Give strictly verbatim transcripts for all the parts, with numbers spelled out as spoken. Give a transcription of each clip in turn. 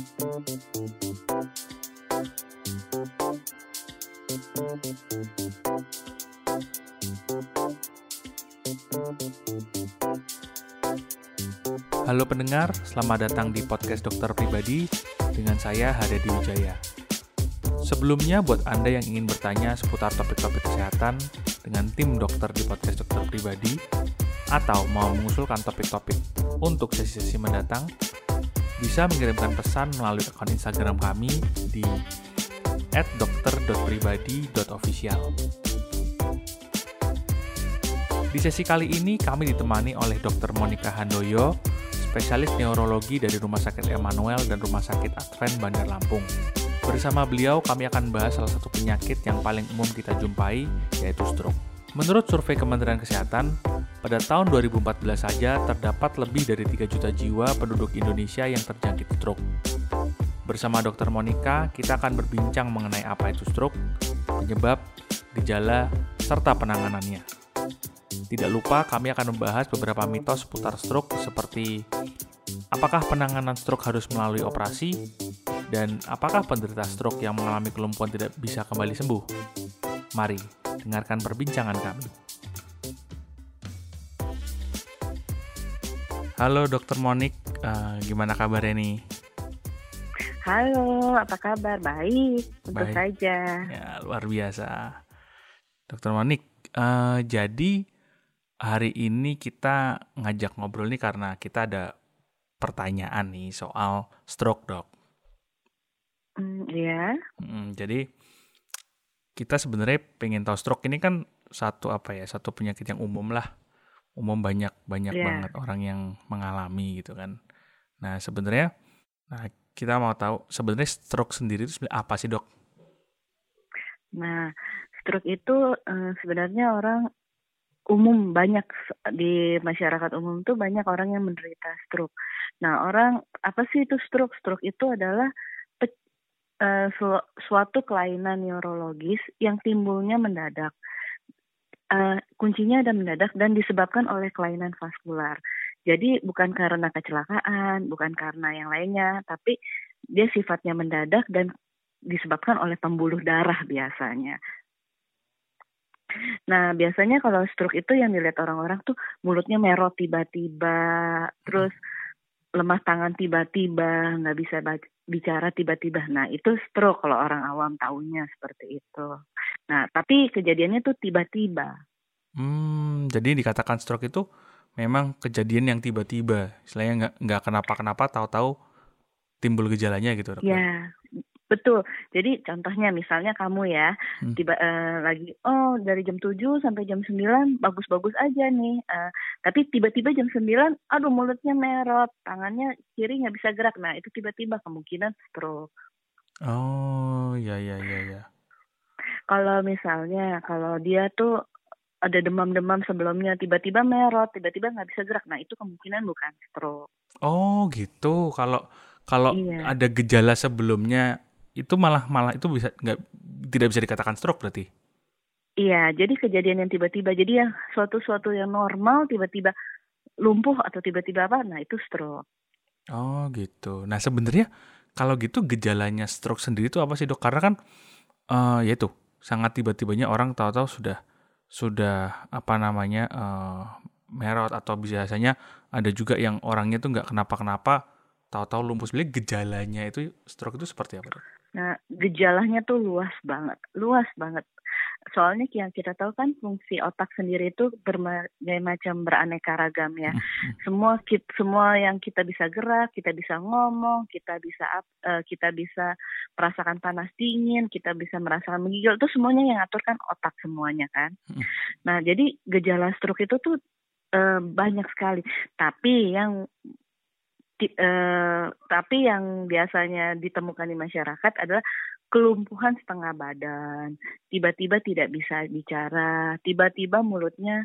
Halo pendengar, selamat datang di podcast Dokter Pribadi dengan saya Haryadi Wijaya. Sebelumnya buat Anda yang ingin bertanya seputar topik-topik kesehatan dengan tim dokter di podcast Dokter Pribadi atau mau mengusulkan topik-topik untuk sesi-sesi mendatang, bisa mengirimkan pesan melalui akun Instagram kami di et dokter dot pribadi dot official. Di sesi kali ini kami ditemani oleh dokter Monica Handoyo, spesialis neurologi dari Rumah Sakit Emanuel dan Rumah Sakit Advent Bandar Lampung. Bersama beliau, kami akan bahas salah satu penyakit yang paling umum kita jumpai, yaitu stroke. Menurut survei Kementerian Kesehatan, pada tahun dua ribu empat belas saja terdapat lebih dari tiga juta jiwa penduduk Indonesia yang terjangkit stroke. Bersama dokter Monica, kita akan berbincang mengenai apa itu stroke, penyebab, gejala, serta penanganannya. Tidak lupa kami akan membahas beberapa mitos seputar stroke seperti apakah penanganan stroke harus melalui operasi dan apakah penderita stroke yang mengalami kelumpuhan tidak bisa kembali sembuh. Mari dengarkan perbincangan kami. Halo dokter Monik, uh, gimana kabarnya nih? Halo, apa kabar? Baik, tentu Baik. saja. Ya, luar biasa. dokter Monik, uh, jadi hari ini kita ngajak ngobrol nih karena kita ada pertanyaan nih soal stroke, dok. Hmm, ya. Hmm, jadi kita sebenarnya pengen tahu stroke ini kan satu apa ya, satu penyakit yang umum lah, umum banyak banyak Ya. banget orang yang mengalami gitu kan. Nah sebenarnya, nah kita mau tahu sebenarnya stroke sendiri itu sebenarnya apa sih, dok? Nah, stroke itu eh, sebenarnya orang umum banyak di masyarakat umum tuh banyak orang yang menderita stroke. Nah, orang apa sih itu stroke? Stroke itu adalah pe, uh, su- suatu kelainan neurologis yang timbulnya mendadak. Uh, kuncinya ada mendadak dan disebabkan oleh kelainan vaskular. Jadi bukan karena kecelakaan, bukan karena yang lainnya, tapi dia sifatnya mendadak dan disebabkan oleh pembuluh darah biasanya. Nah, biasanya kalau stroke itu yang dilihat orang-orang tuh mulutnya merot tiba-tiba, terus lemah tangan tiba-tiba, nggak bisa bicara tiba-tiba. Nah, itu stroke kalau orang awam taunya seperti itu. Nah, tapi kejadiannya tuh tiba-tiba. Hmm, jadi dikatakan stroke itu memang kejadian yang tiba-tiba, istilahnya nggak nggak kenapa-kenapa, tahu-tahu timbul gejalanya gitu, dokter. Ya. Betul. Jadi contohnya misalnya kamu ya, Hmm. tiba uh, lagi oh dari jam tujuh sampai jam sembilan bagus-bagus aja nih. Uh, tapi tiba-tiba jam sembilan aduh mulutnya merot, tangannya kiri nggak bisa gerak. Nah, itu tiba-tiba kemungkinan stroke. Oh, ya ya ya ya. Kalau misalnya kalau dia tuh ada demam-demam sebelumnya tiba-tiba merot, tiba-tiba nggak bisa gerak. Nah, itu kemungkinan bukan stroke. Oh, gitu. Kalau kalau Iya. ada gejala sebelumnya itu malah malah itu bisa nggak tidak bisa dikatakan stroke berarti? Iya, jadi kejadian yang tiba-tiba, jadi yang suatu-suatu yang normal tiba-tiba lumpuh atau tiba-tiba apa, nah itu stroke. Oh gitu. Nah sebenarnya kalau gitu gejalanya stroke sendiri itu apa sih, dok? Karena kan uh, ya itu sangat tiba-tibanya orang tahu-tahu sudah sudah apa namanya uh, merot atau biasanya ada juga yang orangnya tuh nggak kenapa-kenapa tahu-tahu lumpuh. Sebenarnya gejalanya itu stroke itu seperti apa, dok? Nah, gejalanya tuh luas banget, luas banget. Soalnya yang kita tahu kan fungsi otak sendiri itu berbagai macam beraneka ragam ya. Mm-hmm. Semua kita, semua yang kita bisa gerak, kita bisa ngomong, kita bisa uh, kita bisa merasakan panas dingin, kita bisa merasakan menggigil, itu semuanya yang ngatur kan otak semuanya kan. Mm-hmm. Nah, jadi gejala stroke itu tuh uh, banyak sekali. Tapi yang Uh, tapi yang biasanya ditemukan di masyarakat adalah kelumpuhan setengah badan, tiba-tiba tidak bisa bicara, tiba-tiba mulutnya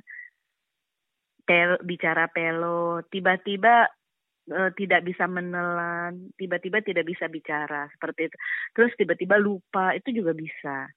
pel, bicara pelo, tiba-tiba uh, tidak bisa menelan, tiba-tiba tidak bisa bicara, seperti itu. Terus tiba-tiba lupa, itu juga bisa.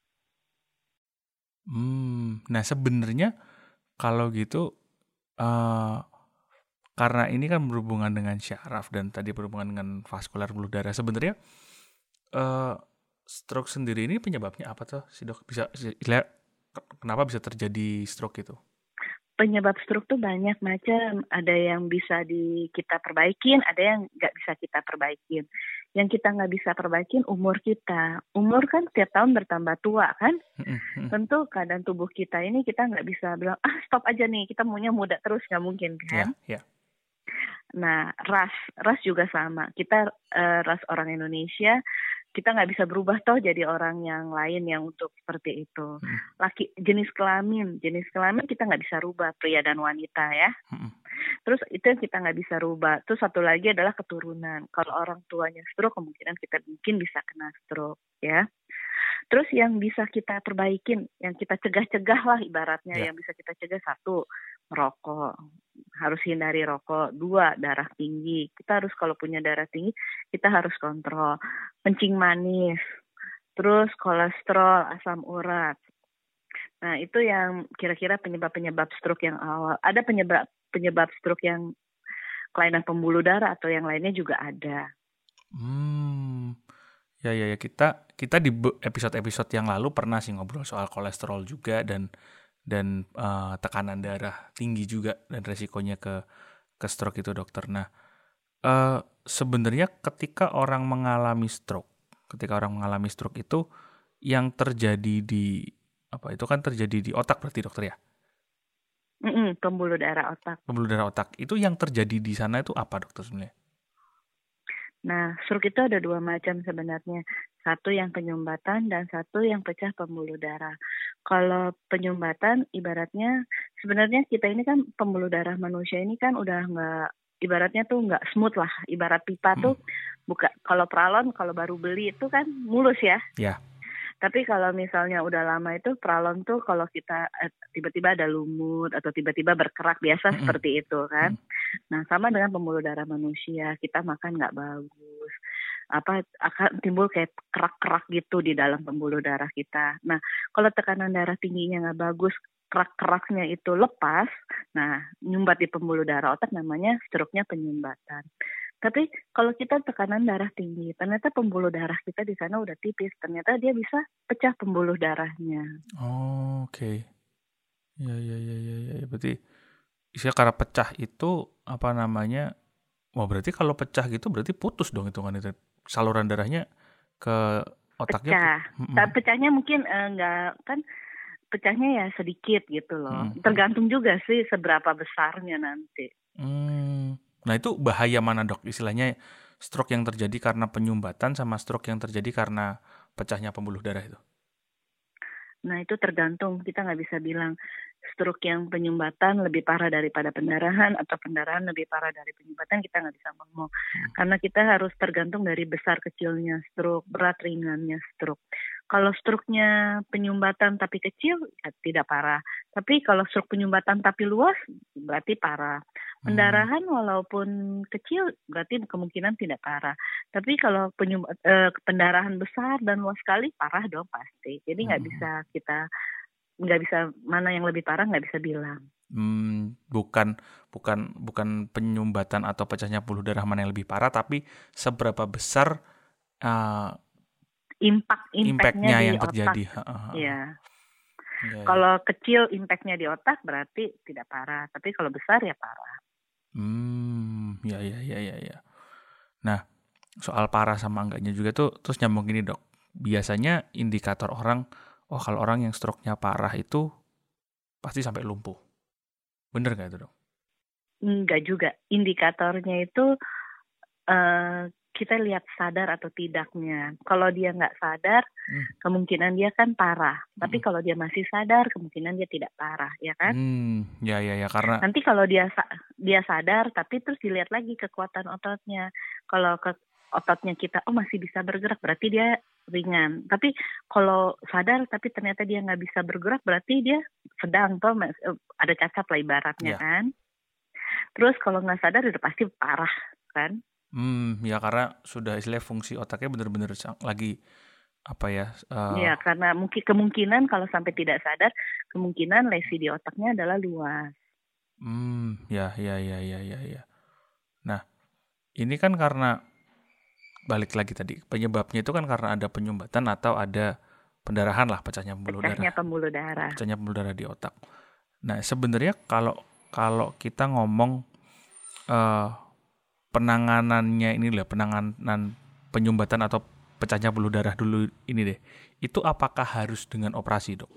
Hmm, nah sebenarnya kalau gitu uh, karena ini kan berhubungan dengan syaraf dan tadi berhubungan dengan vaskular pembuluh darah. Sebenarnya uh, stroke sendiri ini penyebabnya apa tuh sih dok? Bisa lihat kenapa bisa terjadi stroke itu? Penyebab stroke tuh banyak macam. Ada yang bisa di kita perbaikin, ada yang nggak bisa kita perbaikin. Yang kita nggak bisa perbaikin umur kita. Umur kan tiap tahun bertambah tua kan. Tentu keadaan tubuh kita ini kita nggak bisa bilang, ah stop aja nih, kita maunya muda terus, nggak mungkin kan. Yeah, yeah. Nah, ras, ras juga sama. Kita uh, ras orang Indonesia, kita nggak bisa berubah toh jadi orang yang lain yang untuk seperti itu. Hmm. Laki jenis kelamin, jenis kelamin kita nggak bisa rubah, pria dan wanita ya. Hmm. Terus itu yang kita nggak bisa rubah. Terus satu lagi adalah keturunan. Kalau orang tuanya stroke, kemungkinan kita mungkin bisa kena stroke ya. Terus yang bisa kita perbaikin, yang kita cegah-cegah lah ibaratnya, yeah. Yang bisa kita cegah satu, merokok. Harus hindari rokok. Dua, darah tinggi. Kita harus kalau punya darah tinggi, kita harus kontrol. Kencing manis. Terus kolesterol, asam urat. Nah, itu yang kira-kira penyebab-penyebab stroke yang awal. Ada penyebab penyebab stroke yang kelainan pembuluh darah atau yang lainnya juga ada. Hmm. Ya ya ya kita kita di episode-episode yang lalu pernah sih ngobrol soal kolesterol juga dan dan uh, tekanan darah tinggi juga dan resikonya ke ke stroke itu dokter. Nah, uh, sebenarnya ketika orang mengalami stroke, ketika orang mengalami stroke itu yang terjadi di apa itu kan terjadi di otak berarti dokter ya? Mm-mm, pembuluh darah otak. Pembuluh darah otak itu yang terjadi di sana itu apa dokter sebenarnya? Nah, stroke itu ada dua macam sebenarnya. Satu yang penyumbatan dan satu yang pecah pembuluh darah. Kalau penyumbatan ibaratnya sebenarnya kita ini kan pembuluh darah manusia ini kan udah nggak, ibaratnya tuh nggak smooth lah. Ibarat pipa hmm. tuh buka, kalau pralon kalau baru beli itu kan mulus ya. Ya. Yeah. Tapi kalau misalnya udah lama itu pralon tuh kalau kita eh, tiba-tiba ada lumut atau tiba-tiba berkerak biasa mm-hmm. seperti itu kan. Mm-hmm. Nah sama dengan pembuluh darah manusia, kita makan nggak bagus, apa akan timbul kayak kerak-kerak gitu di dalam pembuluh darah kita. Nah kalau tekanan darah tingginya nggak bagus, kerak-keraknya itu lepas, nah nyumbat di pembuluh darah otak namanya stroke-nya penyumbatan. Tapi kalau kita tekanan darah tinggi, ternyata pembuluh darah kita di sana udah tipis. Ternyata dia bisa pecah pembuluh darahnya. Oh, oke. Okay. Ya, ya, ya, ya, ya. Berarti istilah karena pecah itu apa namanya? Wah, berarti kalau pecah gitu berarti putus dong hitungan itu. Saluran darahnya ke otaknya. Pecah. Mm-hmm. Tapi pecahnya mungkin enggak uh, kan pecahnya ya sedikit gitu loh. Mm-hmm. Tergantung juga sih seberapa besarnya nanti. Hmm. Nah itu bahaya mana dok? Istilahnya stroke yang terjadi karena penyumbatan sama stroke yang terjadi karena pecahnya pembuluh darah itu? Nah itu tergantung, kita nggak bisa bilang stroke yang penyumbatan lebih parah daripada pendarahan atau pendarahan lebih parah dari penyumbatan, kita nggak bisa ngomong. Hmm. Karena kita harus tergantung dari besar kecilnya stroke, berat ringannya stroke. Kalau stroke-nya penyumbatan tapi kecil, ya tidak parah. Tapi kalau stroke penyumbatan tapi luas, berarti parah. Pendarahan hmm. walaupun kecil, berarti kemungkinan tidak parah. Tapi kalau penyumbat, eh, pendarahan besar dan luas sekali, parah dong pasti. Jadi nggak hmm. bisa kita, nggak bisa mana yang lebih parah nggak bisa bilang. Hmm, bukan bukan bukan penyumbatan atau pecahnya pembuluh darah mana yang lebih parah, tapi seberapa besar uh, Impact, impact-nya yang otak. terjadi. Ya. Ya. Kalau kecil impact-nya di otak berarti tidak parah, tapi kalau besar ya parah. Hmm, ya ya ya ya ya. Nah, soal parah sama enggaknya juga tuh terus nyambung gini dok. Biasanya indikator orang, oh kalau orang yang stroke-nya parah itu pasti sampai lumpuh. Bener nggak itu dok? Enggak juga. Indikatornya itu uh, kita lihat sadar atau tidaknya. Kalau dia nggak sadar, hmm. kemungkinan dia kan parah. Hmm. Tapi kalau dia masih sadar, kemungkinan dia tidak parah, ya kan? Hmm, ya ya ya karena. Nanti kalau dia dia sadar, tapi terus dilihat lagi kekuatan ototnya. Kalau ke ototnya kita, oh masih bisa bergerak, berarti dia ringan. Tapi kalau sadar, tapi ternyata dia nggak bisa bergerak, berarti dia sedang, toh ada cacat lah ibaratnya, ya. Kan? Terus kalau nggak sadar, udah pasti parah, kan? Hmm, ya karena sudah istilah fungsi otaknya benar-benar lagi apa ya? Iya, uh... karena mungkin kemungkinan kalau sampai tidak sadar, kemungkinan lesi di otaknya adalah luas. Hmm, ya ya ya ya ya ya. ini kan karena balik lagi tadi penyebabnya itu kan karena ada penyumbatan atau ada pendarahan lah, pecahnya pembuluh Pecahnya darah, pembuluh darah. pecahnya pembuluh darah di otak. Nah sebenarnya kalau kalau kita ngomong uh, penanganannya ini lah, penanganan penyumbatan atau pecahnya pembuluh darah dulu ini deh, itu apakah harus dengan operasi, Dok?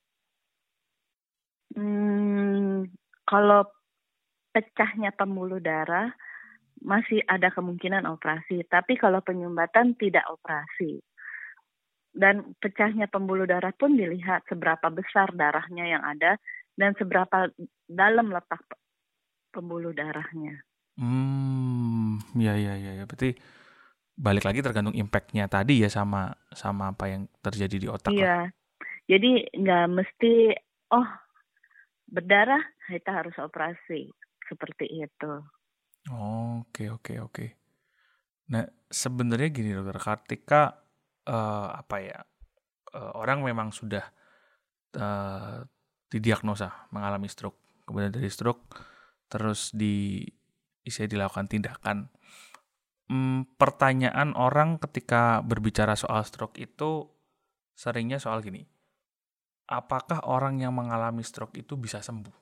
Hmm, kalau pecahnya pembuluh darah masih ada kemungkinan operasi, tapi kalau penyumbatan tidak operasi. Dan pecahnya pembuluh darah pun dilihat seberapa besar darahnya yang ada dan seberapa dalam letak pembuluh darahnya. Hmm, ya ya ya, ya. Berarti balik lagi tergantung impact-nya tadi ya sama sama apa yang terjadi di otak. Iya, lah. Jadi nggak mesti oh berdarah kita harus operasi seperti itu. Oke oke oke. Nah sebenarnya gini dokter, ketika uh, apa ya uh, orang memang sudah uh, didiagnosa mengalami stroke, kemudian dari stroke terus di bisa dilakukan tindakan. Hmm, pertanyaan orang ketika berbicara soal stroke itu seringnya soal gini, apakah orang yang mengalami stroke itu bisa sembuh?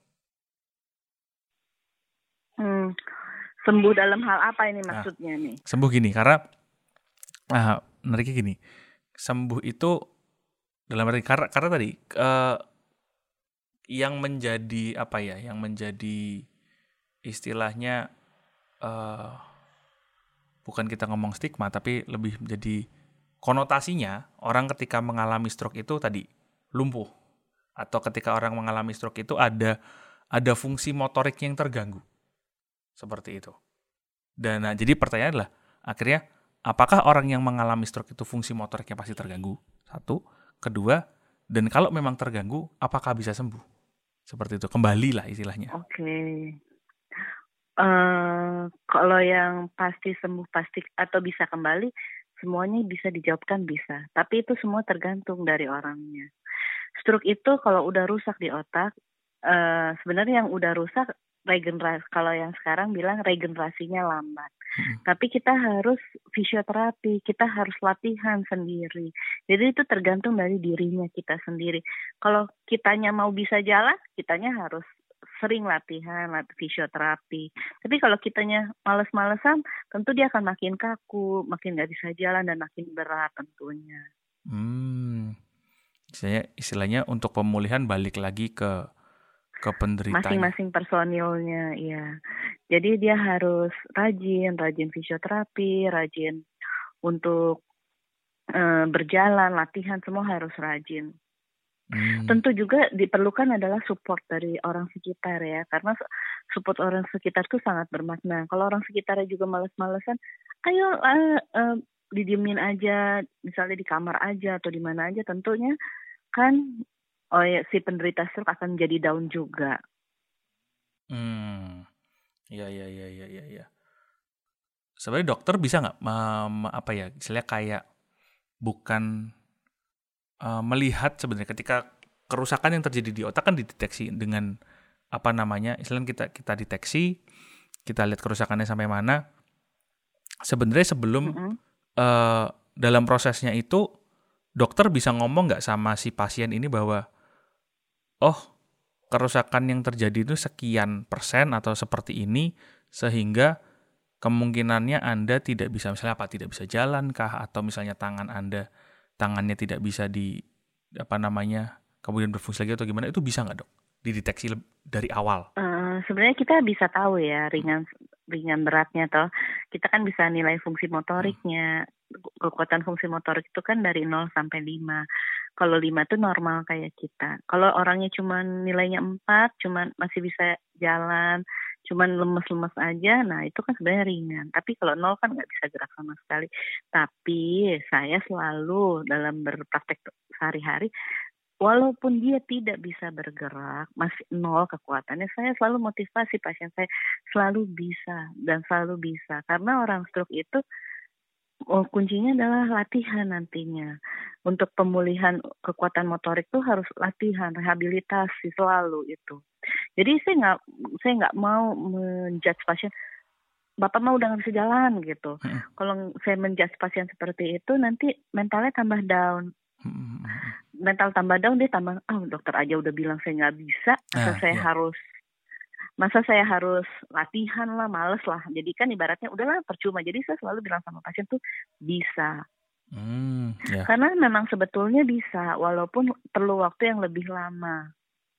Hmm, sembuh dalam hal apa ini maksudnya nah, nih? Sembuh gini, karena nah, menariknya gini, sembuh itu dalam arti karena, karena tadi uh, yang menjadi apa ya, yang menjadi istilahnya uh, bukan kita ngomong stigma, tapi lebih menjadi konotasinya orang ketika mengalami stroke itu tadi lumpuh, atau ketika orang mengalami stroke itu ada ada fungsi motorik yang terganggu seperti itu. Dan nah, jadi pertanyaannya adalah akhirnya apakah orang yang mengalami stroke itu fungsi motoriknya pasti terganggu? Satu, kedua, dan kalau memang terganggu, apakah bisa sembuh? Seperti itu, kembali lah istilahnya. Oke. Okay. Uh, kalau yang pasti sembuh pasti atau bisa kembali, semuanya bisa dijawabkan bisa. Tapi itu semua tergantung dari orangnya. Stroke itu kalau udah rusak di otak, uh, sebenarnya yang udah rusak regenerasi, kalau yang sekarang bilang regenerasinya lambat. Hmm. Tapi kita harus fisioterapi, kita harus latihan sendiri. Jadi itu tergantung dari dirinya kita sendiri. Kalau kitanya mau bisa jalan, kitanya harus sering latihan, latihan fisioterapi. Tapi kalau kitanya males-malesan, tentu dia akan makin kaku, makin nggak bisa jalan dan makin berat tentunya. Hmm, istilahnya, istilahnya untuk pemulihan balik lagi ke ke penderitanya. Masing-masing personilnya, ya. Jadi dia harus rajin, rajin fisioterapi, rajin untuk e, berjalan, latihan, semua harus rajin. Hmm. Tentu juga diperlukan adalah support dari orang sekitar ya, karena support orang sekitar itu sangat bermakna. Kalau orang sekitarnya juga males-malesan, ayo uh, uh, didiemin aja, misalnya di kamar aja atau di mana aja, tentunya kan oh ya si penderita stroke akan jadi down juga. Hmm, ya ya ya ya ya ya. Sebenarnya dokter bisa nggak um, apa ya, istilahnya kayak bukan uh, melihat sebenarnya ketika kerusakan yang terjadi di otak kan dideteksi dengan apa namanya, istilahnya kita kita deteksi, kita lihat kerusakannya sampai mana. Sebenarnya sebelum mm-hmm. uh, dalam prosesnya itu dokter bisa ngomong nggak sama si pasien ini bahwa oh, kerusakan yang terjadi itu sekian persen atau seperti ini, sehingga kemungkinannya Anda tidak bisa, misalnya apa, tidak bisa jalan kah, atau misalnya tangan Anda, tangannya tidak bisa di, apa namanya, kemudian berfungsi lagi atau gimana, itu bisa nggak dok? Dideteksi dari awal? Uh, sebenarnya kita bisa tahu ya, ringan ringan beratnya, toh kita kan bisa nilai fungsi motoriknya, hmm. kekuatan fungsi motorik itu kan dari nol sampai lima. Kalau lima itu normal kayak kita. Kalau orangnya cuma nilainya empat, cuma masih bisa jalan, cuma lemes-lemes aja, nah itu kan sebenarnya ringan. Tapi kalau nol kan nggak bisa gerak sama sekali. Tapi saya selalu dalam berpraktek sehari-hari, walaupun dia tidak bisa bergerak, masih nol kekuatannya, saya selalu motivasi pasien saya selalu bisa dan selalu bisa. Karena orang stroke itu oh, kuncinya adalah latihan nantinya. Untuk pemulihan kekuatan motorik itu harus latihan, rehabilitasi selalu itu. Jadi saya nggak saya nggak mau menjudge pasien, Bapak mah udah nggak bisa jalan gitu. Mm-mm. Kalau saya menjudge pasien seperti itu, nanti mentalnya tambah down. Mm-mm. Mental tambah down, dia tambah, oh dokter aja udah bilang saya nggak bisa, masa Nah, saya ya. harus, masa saya harus latihan lah, males lah. Jadi kan ibaratnya udahlah percuma. Jadi saya selalu bilang sama pasien tuh bisa. Hmm, ya. Karena memang sebetulnya bisa, walaupun perlu waktu yang lebih lama.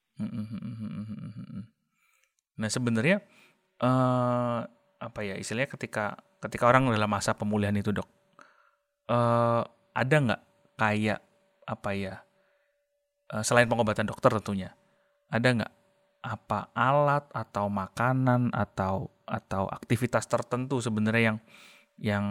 Nah sebenarnya uh, apa ya istilahnya ketika ketika orang dalam masa pemulihan itu dok, uh, ada nggak kayak apa ya uh, selain pengobatan dokter tentunya, ada nggak apa alat atau makanan atau atau aktivitas tertentu sebenarnya yang yang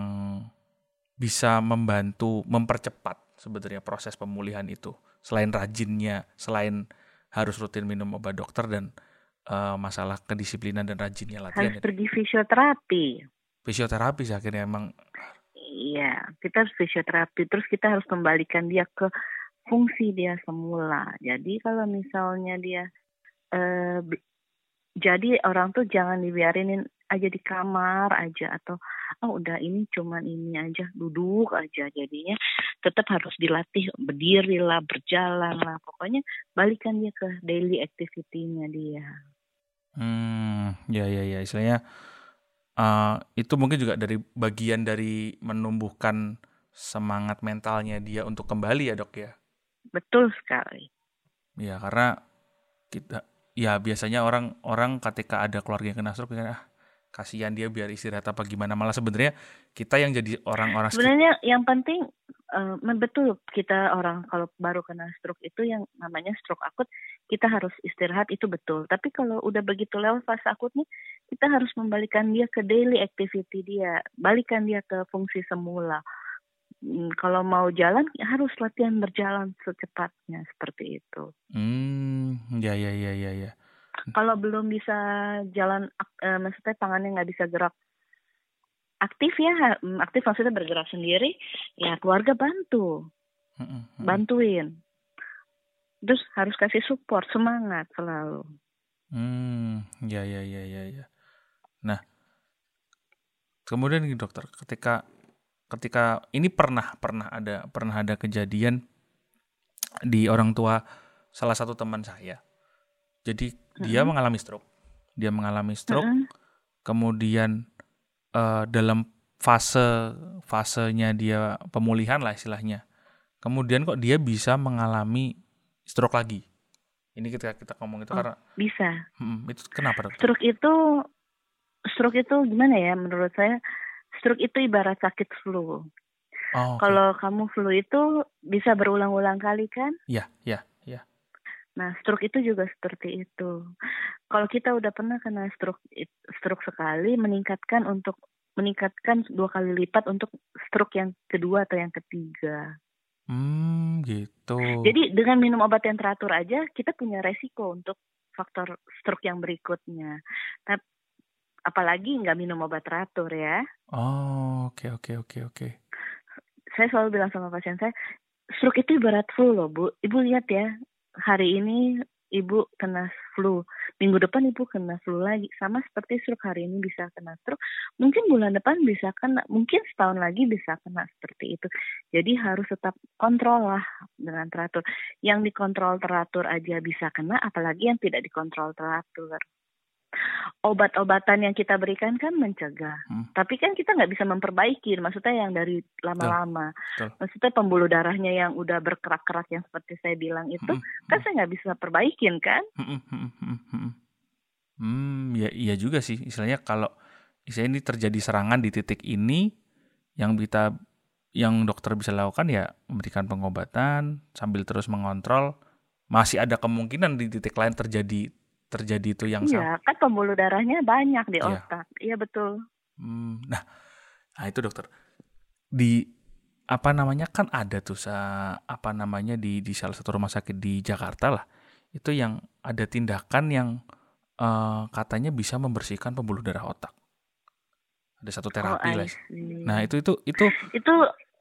bisa membantu mempercepat sebenarnya proses pemulihan itu, selain rajinnya, selain harus rutin minum obat dokter dan uh, masalah kedisiplinan dan rajinnya latihan. Harus pergi fisioterapi. Fisioterapi sih akhirnya emang. Iya, kita harus fisioterapi. Terus kita harus kembalikan dia ke fungsi dia semula. Jadi kalau misalnya dia, eh, jadi orang tuh jangan dibiarinin aja di kamar aja atau oh udah ini cuman ini aja duduk aja, jadinya tetap harus dilatih berdiri lah, berjalan lah, pokoknya balikan dia ke daily activity-nya dia. Hmm, ya ya ya istilahnya uh, itu mungkin juga dari bagian dari menumbuhkan semangat mentalnya dia untuk kembali ya dok ya. Betul sekali. Ya karena kita ya biasanya orang orang ketika ada keluarga yang kena stroke kan ah kasihan dia biar istirahat apa gimana, malah sebenarnya kita yang jadi orang-orang sebenarnya yang penting uh, betul kita orang kalau baru kena stroke itu yang namanya stroke akut kita harus istirahat, itu betul. Tapi kalau udah begitu lewat fase akutnya kita harus membalikan dia ke daily activity dia, balikan dia ke fungsi semula. Hmm, kalau mau jalan harus latihan berjalan secepatnya seperti itu. Hmm, ya ya ya ya ya. Kalau belum bisa jalan, eh, maksudnya tangannya nggak bisa gerak aktif ya, aktif maksudnya bergerak sendiri, ya keluarga bantu, bantuin. Terus harus kasih support, semangat selalu. Hmm, ya ya ya ya ya. Nah, kemudian nih dokter, ketika ketika ini pernah pernah ada pernah ada kejadian di orang tua salah satu teman saya. Jadi mm-hmm. dia mengalami stroke, dia mengalami stroke, mm-hmm. kemudian uh, dalam fase fasenya dia pemulihan lah istilahnya, kemudian kok dia bisa mengalami stroke lagi. Ini ketika kita ngomong itu oh, karena bisa. Hmm, itu kenapa dok? Stroke itu stroke itu gimana ya? Menurut saya stroke itu ibarat sakit flu. Oh, okay. Kalau kamu flu itu bisa berulang-ulang kali kan? Iya, iya. Nah, stroke itu juga seperti itu. Kalau kita udah pernah kena stroke stroke sekali, meningkatkan untuk meningkatkan dua kali lipat untuk stroke yang kedua atau yang ketiga. Hmm, gitu. Jadi dengan minum obat yang teratur aja, kita punya resiko untuk faktor stroke yang berikutnya. Tapi apalagi nggak minum obat teratur ya. Oh, oke okay, oke okay, oke okay, oke. Okay. Saya selalu bilang sama pasien saya, stroke itu ibarat flu loh Bu. Ibu lihat ya. Hari ini ibu kena flu, minggu depan ibu kena flu lagi, sama seperti stroke. Hari ini bisa kena stroke, mungkin bulan depan bisa kena, mungkin setahun lagi bisa kena seperti itu. Jadi harus tetap kontrol lah dengan teratur. Yang dikontrol teratur aja bisa kena, apalagi yang tidak dikontrol teratur. Obat-obatan yang kita berikan kan mencegah, hmm. tapi kan kita nggak bisa memperbaiki, maksudnya yang dari lama-lama. Betul. Maksudnya pembuluh darahnya yang udah berkerak-kerak yang seperti saya bilang itu, hmm. kan saya nggak bisa perbaikin kan? Hmm, hmm, hmm, hmm. hmm ya iya juga sih, istilahnya kalau istilahnya ini terjadi serangan di titik ini, yang kita, yang dokter bisa lakukan ya memberikan pengobatan sambil terus mengontrol. Masih ada kemungkinan di titik lain terjadi terjadi itu yang iya, sama. Kan pembuluh darahnya banyak di iya. otak. Iya betul. Hmm, nah, nah itu dokter. Di apa namanya kan ada tuh sa, apa namanya di di salah satu rumah sakit di Jakarta lah. Itu yang ada tindakan yang uh, katanya bisa membersihkan pembuluh darah otak. Ada satu terapi oh, lah. Nah, itu itu itu itu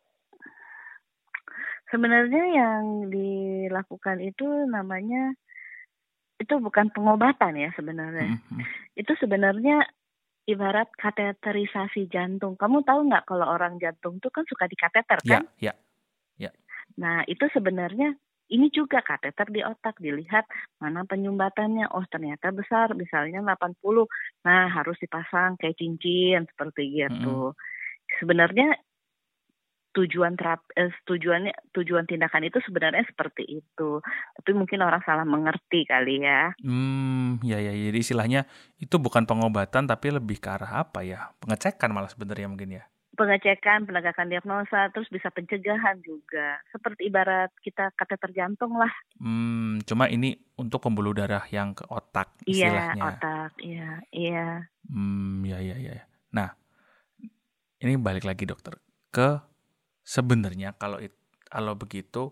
sebenarnya yang dilakukan itu namanya itu bukan pengobatan ya sebenarnya. Mm-hmm. Itu sebenarnya ibarat kateterisasi jantung. Kamu tahu nggak kalau orang jantung tuh kan suka dikateter Ya, kan? ya, ya. Nah, itu sebenarnya ini juga kateter di otak, dilihat mana penyumbatannya. Oh, ternyata besar, misalnya delapan puluh. Nah, harus dipasang kayak cincin seperti gitu. Mm-mm. Sebenarnya tujuan terapi, eh, tujuannya tujuan tindakan itu sebenarnya seperti itu. Tapi mungkin orang salah mengerti kali ya. Hmm, ya, ya, jadi istilahnya itu bukan pengobatan tapi lebih ke arah apa ya? Pengecekan malah sebenarnya mungkin ya. Pengecekan, penegakan diagnosa, terus bisa pencegahan juga. Seperti ibarat kita kateter jantung lah. Hmm, cuma ini untuk pembuluh darah yang ke otak Iya, istilahnya. otak, iya, iya. Hmm, ya, ya, ya. Nah, ini balik lagi dokter ke sebenarnya kalau it, kalau begitu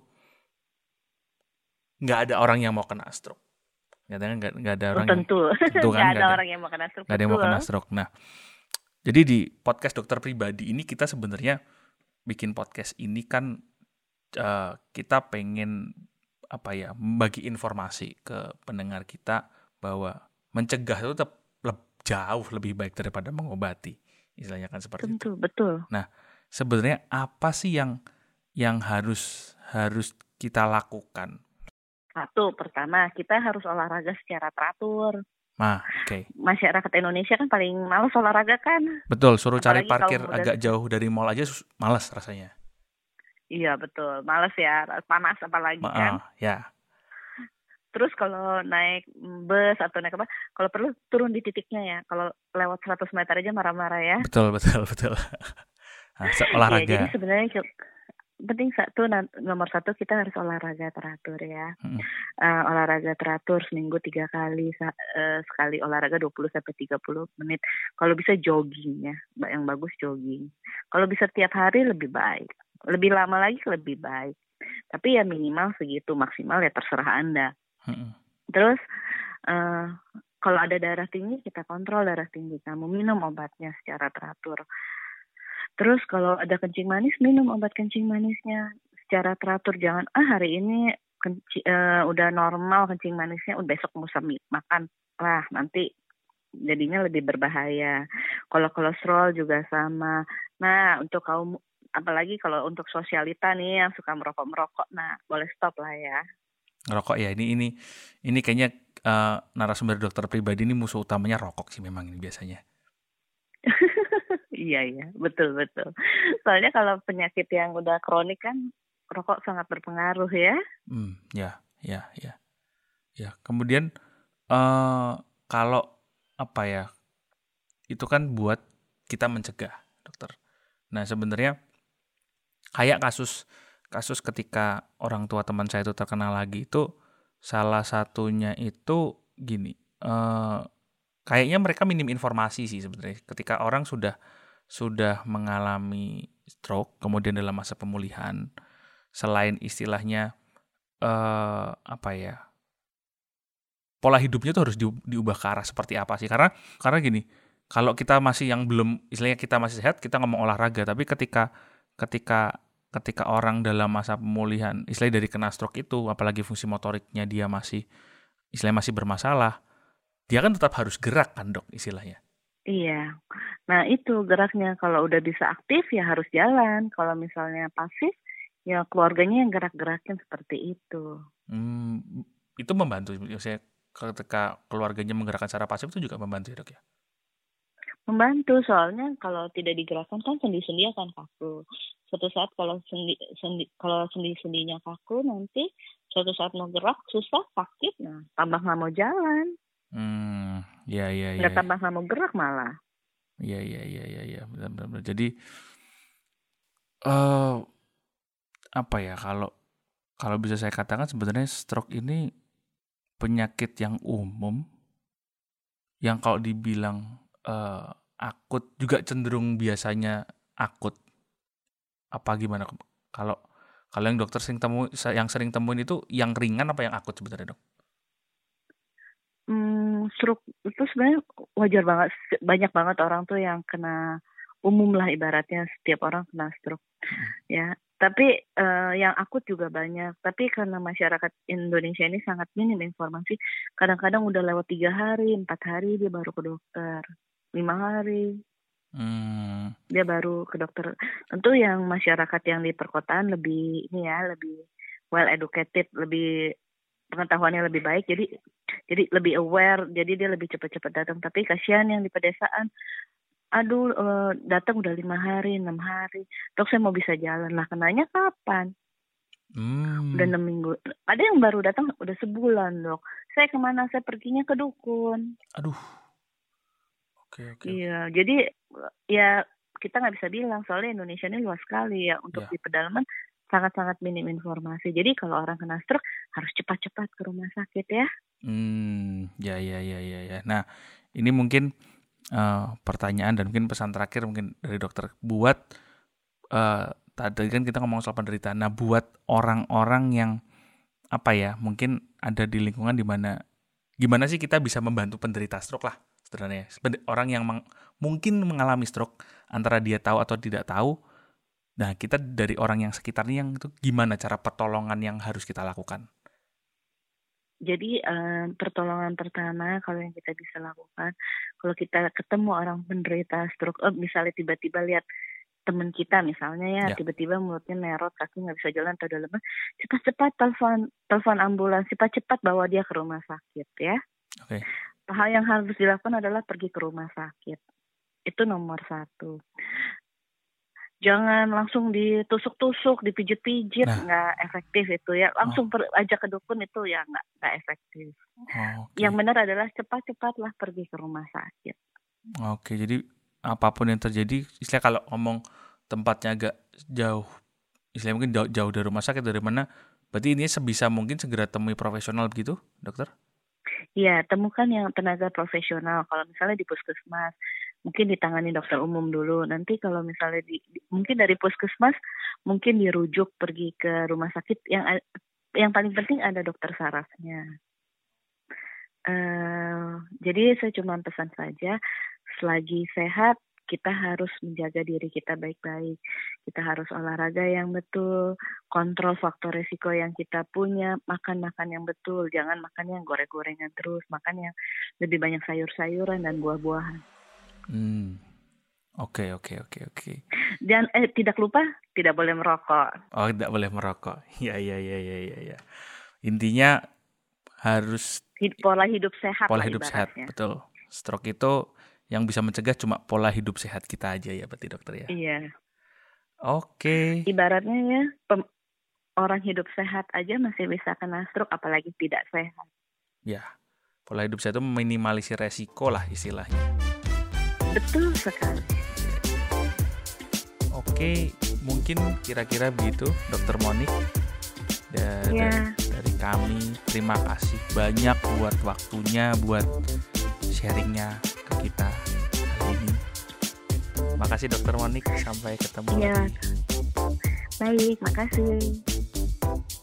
nggak ada orang yang mau kena stroke. Katanya nggak nggak ada Oh, orang yang tentu. tentu kan Nggak nggak ada ada orang yang mau kena stroke, nggak ada yang mau betul. kena stroke. Nah, jadi di podcast dokter pribadi ini kita sebenarnya bikin podcast ini kan uh, kita pengen apa ya bagi informasi ke pendengar kita bahwa mencegah itu tetap le- jauh lebih baik daripada mengobati, istilahnya kan seperti Tentu, itu. betul. Nah, sebenarnya apa sih yang yang harus harus kita lakukan? Satu, pertama kita harus olahraga secara teratur. Nah, oke. Okay. Masyarakat Indonesia kan paling malas olahraga kan. Betul, suruh Apalagi cari parkir kaum muda agak sekarang. jauh dari mall aja malas rasanya. Iya betul, malas ya, panas apalagi Ma- kan. uh, ya. Terus kalau naik bus atau naik apa, kalau perlu turun di titiknya ya. Kalau lewat seratus meter aja marah-marah ya. Betul, betul, betul. Nah, olahraga. Iya, jadi sebenarnya penting satu, nomor satu kita harus olahraga teratur ya. Hmm. Uh, olahraga teratur seminggu tiga kali, uh, sekali olahraga dua puluh sampai tiga puluh menit. Kalau bisa jogging ya, yang bagus jogging. Kalau bisa tiap hari lebih baik. Lebih lama lagi lebih baik. Tapi ya minimal segitu, maksimal ya terserah Anda. Hmm. Terus uh, kalau ada darah tinggi, kita kontrol darah tinggi kamu, minum obatnya secara teratur. Terus kalau ada kencing manis, minum obat kencing manisnya secara teratur. Jangan, ah hari ini kenci, uh, udah normal kencing manisnya, udah besok mau makan. Lah nanti jadinya lebih berbahaya. Kalau kolesterol juga sama. Nah untuk kaum, apalagi kalau untuk sosialita nih yang suka merokok-merokok, nah boleh stop lah ya. Ngerokok ya, ini ini ini kayaknya uh, narasumber dokter pribadi ini musuh utamanya rokok sih memang ini biasanya. Iya, iya, betul-betul. Soalnya kalau penyakit yang udah kronik kan, rokok sangat berpengaruh ya. Hmm, ya, ya, ya. Ya, kemudian uh, kalau apa ya, itu kan buat kita mencegah, dokter. Nah, sebenarnya kayak kasus kasus ketika orang tua teman saya itu terkena lagi itu, salah satunya itu gini, uh, kayaknya mereka minim informasi sih sebenarnya. Ketika orang sudah sudah mengalami stroke, kemudian dalam masa pemulihan, selain istilahnya eh, apa ya, pola hidupnya tuh harus di, diubah ke arah seperti apa sih? Karena karena gini, kalau kita masih yang belum, istilahnya kita masih sehat, kita ngomong olahraga, tapi ketika ketika ketika orang dalam masa pemulihan, istilahnya dari kena stroke itu, apalagi fungsi motoriknya dia masih, istilahnya masih bermasalah, dia kan tetap harus gerak kan dok, istilahnya. Iya, nah itu geraknya. Kalau udah bisa aktif ya harus jalan. Kalau misalnya pasif, ya keluarganya yang gerak-gerakin seperti itu. Hmm, itu membantu. Misalnya ketika keluarganya menggerakkan secara pasif itu juga membantu ya dok ya? Membantu, soalnya kalau tidak digerakkan kan sendi-sendi akan kaku. Suatu saat kalau sendi, sendi kalau sendi-sendinya kaku, nanti suatu saat mau gerak susah, sakit, nah tambah nggak mau jalan. Hmm, ya, ya, ya. Nggak tambah nggak mau gerak malah. Iya, iya, iya, iya, ya. Benar-benar. Jadi, uh, apa ya, kalau kalau bisa saya katakan sebenarnya stroke ini penyakit yang umum, yang kalau dibilang uh, akut juga cenderung biasanya akut. Apa gimana? Kalau kalau yang dokter sering temu, yang sering temuin itu yang ringan apa yang akut sebenarnya dok? Hmm, stroke itu sebenarnya wajar banget, banyak banget orang tuh yang kena, umum lah ibaratnya setiap orang kena stroke, hmm. ya. Tapi uh, yang akut juga banyak. Tapi karena masyarakat Indonesia ini sangat minim informasi, kadang-kadang udah lewat tiga hari, empat hari dia baru ke dokter. lima hari. Hmm. Dia baru ke dokter. Tentu yang masyarakat yang di perkotaan lebih ini ya, lebih well educated, lebih pengetahuannya lebih baik, jadi jadi lebih aware, jadi dia lebih cepat-cepat datang. Tapi kasihan yang di pedesaan, aduh uh, datang udah lima hari, enam hari, dok saya mau bisa jalan lah, kenanya kapan? Hmm. Udah enam minggu. Ada yang baru datang udah sebulan, dok. Saya kemana? Saya perginya ke dukun. Aduh. Oke, oke. Iya, jadi ya kita nggak bisa bilang soalnya Indonesia ini luas sekali ya, untuk Ya. di pedalaman sangat-sangat minim informasi. Jadi kalau orang kena stroke harus cepat-cepat ke rumah sakit ya. Hmm, ya ya ya ya ya. Nah, ini mungkin uh, pertanyaan dan mungkin pesan terakhir mungkin dari dokter buat uh, tadi kan kita ngomong soal penderitaan. Nah, buat orang-orang yang apa ya, mungkin ada di lingkungan di mana gimana sih kita bisa membantu penderita stroke lah. Sebenarnya orang yang meng, mungkin mengalami stroke, antara dia tahu atau tidak tahu, nah kita dari orang yang sekitarnya yang itu gimana cara pertolongan yang harus kita lakukan? Jadi um, pertolongan pertama kalau yang kita bisa lakukan, kalau kita ketemu orang penderita stroke, oh, misalnya tiba-tiba lihat teman kita misalnya ya, ya. tiba-tiba mulutnya merot, kaki nggak bisa jalan atau udah lemes, cepat-cepat telepon telepon ambulans, cepat-cepat bawa dia ke rumah sakit ya. Oke. Okay. Hal yang harus dilakukan adalah pergi ke rumah sakit. Itu nomor satu. Jangan langsung ditusuk-tusuk, dipijit-pijit, nah. nggak efektif itu ya. Langsung oh. per, ajak ke dukun itu ya nggak nggak efektif. Oh, okay. Yang benar adalah cepat-cepatlah pergi ke rumah sakit. Oke, okay, jadi apapun yang terjadi, istilah kalau ngomong tempatnya agak jauh, istilah mungkin jauh, jauh dari rumah sakit, dari mana, berarti ini sebisa mungkin segera temui profesional begitu, dokter? Iya, temukan yang tenaga profesional. Kalau misalnya di puskesmas, mungkin ditangani dokter umum dulu. Nanti kalau misalnya di, di mungkin dari puskesmas, mungkin dirujuk pergi ke rumah sakit. Yang yang paling penting ada dokter sarafnya. Uh, jadi saya cuma pesan saja, selagi sehat, kita harus menjaga diri kita baik-baik. Kita harus olahraga yang betul, kontrol faktor resiko yang kita punya, makan-makan yang betul, jangan makan yang goreng-gorengan terus, makan yang lebih banyak sayur-sayuran dan buah-buahan. Hmm. Oke, okay, oke, okay, oke, okay, oke. Okay. Dan eh tidak lupa tidak boleh merokok. Oh, tidak boleh merokok. Ya, ya, ya, ya, ya, ya. Intinya harus pola hidup sehat. Pola hidup sehat, betul. Stroke itu yang bisa mencegah cuma pola hidup sehat kita aja ya, berarti dokter ya? Iya. Oke. Okay. Ibaratnya ya, pem- orang hidup sehat aja masih bisa kena stroke, apalagi tidak sehat. Ya, pola hidup sehat itu meminimalisir resiko lah istilahnya. Betul sekali. Oke, mungkin kira-kira begitu, dokter Monik. Dari, ya. dari kami, terima kasih banyak buat waktunya, buat sharingnya ke kita hari ini. Makasih dokter Monik, sampai ketemu ya. lagi. Baik, makasih.